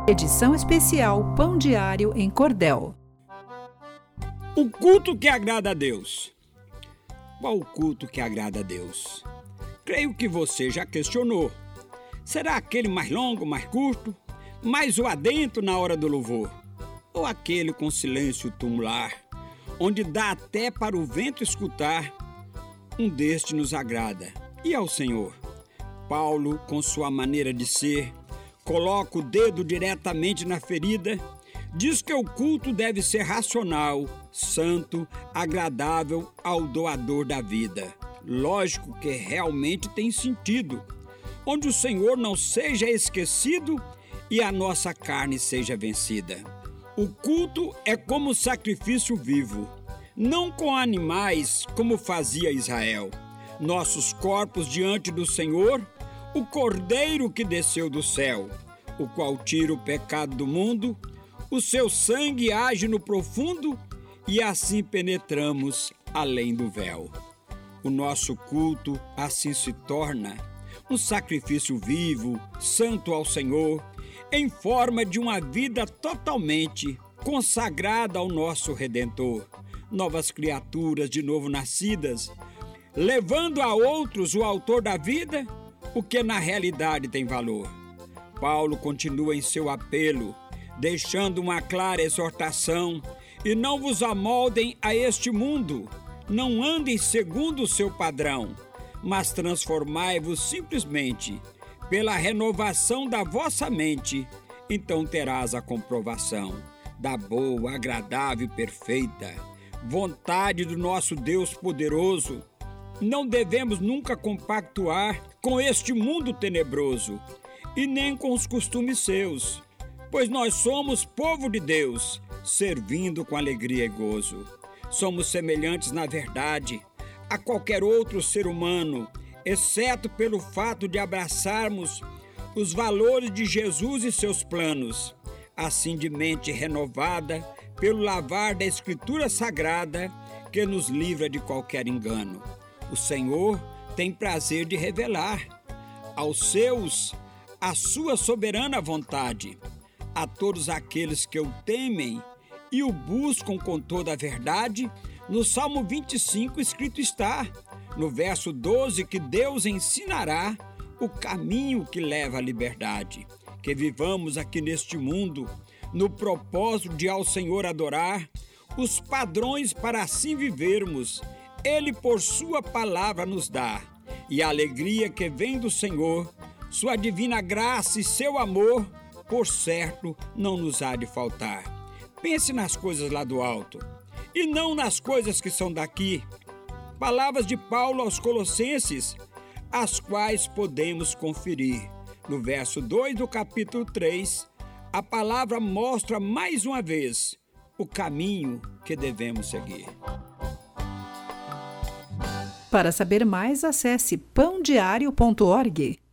Edição especial Pão Diário em Cordel. O culto que agrada a Deus. Qual o culto que agrada a Deus? Creio que você já questionou. Será aquele mais longo, mais curto? Mais o adentro na hora do louvor? Ou aquele com silêncio tumular, onde dá até para o vento escutar? Um deste nos agrada. E ao Senhor? Paulo, com sua maneira de ser, coloca o dedo diretamente na ferida, diz que o culto deve ser racional, santo, agradável ao doador da vida. Lógico que realmente tem sentido, onde o Senhor não seja esquecido e a nossa carne seja vencida. O culto é como sacrifício vivo, não com animais como fazia Israel. Nossos corpos diante do Senhor, o Cordeiro que desceu do céu, o qual tira o pecado do mundo, o seu sangue age no profundo e assim penetramos além do véu. O nosso culto assim se torna um sacrifício vivo, santo ao Senhor, em forma de uma vida totalmente consagrada ao nosso Redentor. Novas criaturas de novo nascidas, levando a outros o autor da vida, o que na realidade tem valor. Paulo continua em seu apelo, deixando uma clara exortação: e não vos amoldem a este mundo, não andem segundo o seu padrão, mas transformai-vos simplesmente pela renovação da vossa mente, então terás a comprovação da boa, agradável e perfeita vontade do nosso Deus poderoso. Não devemos nunca compactuar com este mundo tenebroso e nem com os costumes seus, pois nós somos povo de Deus, servindo com alegria e gozo. Somos semelhantes na verdade a qualquer outro ser humano, exceto pelo fato de abraçarmos os valores de Jesus e seus planos, assim de mente renovada pelo lavar da Escritura Sagrada que nos livra de qualquer engano. O Senhor tem prazer de revelar aos seus a sua soberana vontade. A todos aqueles que o temem e o buscam com toda a verdade, no Salmo 25 escrito está, no verso 12, que Deus ensinará o caminho que leva à liberdade. Que vivamos aqui neste mundo no propósito de ao Senhor adorar, os padrões para assim vivermos, Ele por sua palavra nos dá, e a alegria que vem do Senhor, sua divina graça e seu amor, por certo, não nos há de faltar. Pense nas coisas lá do alto, e não nas coisas que são daqui. Palavras de Paulo aos Colossenses, as quais podemos conferir. No verso 2 do capítulo 3, a palavra mostra mais uma vez o caminho que devemos seguir. Para saber mais, acesse pãodiario.org.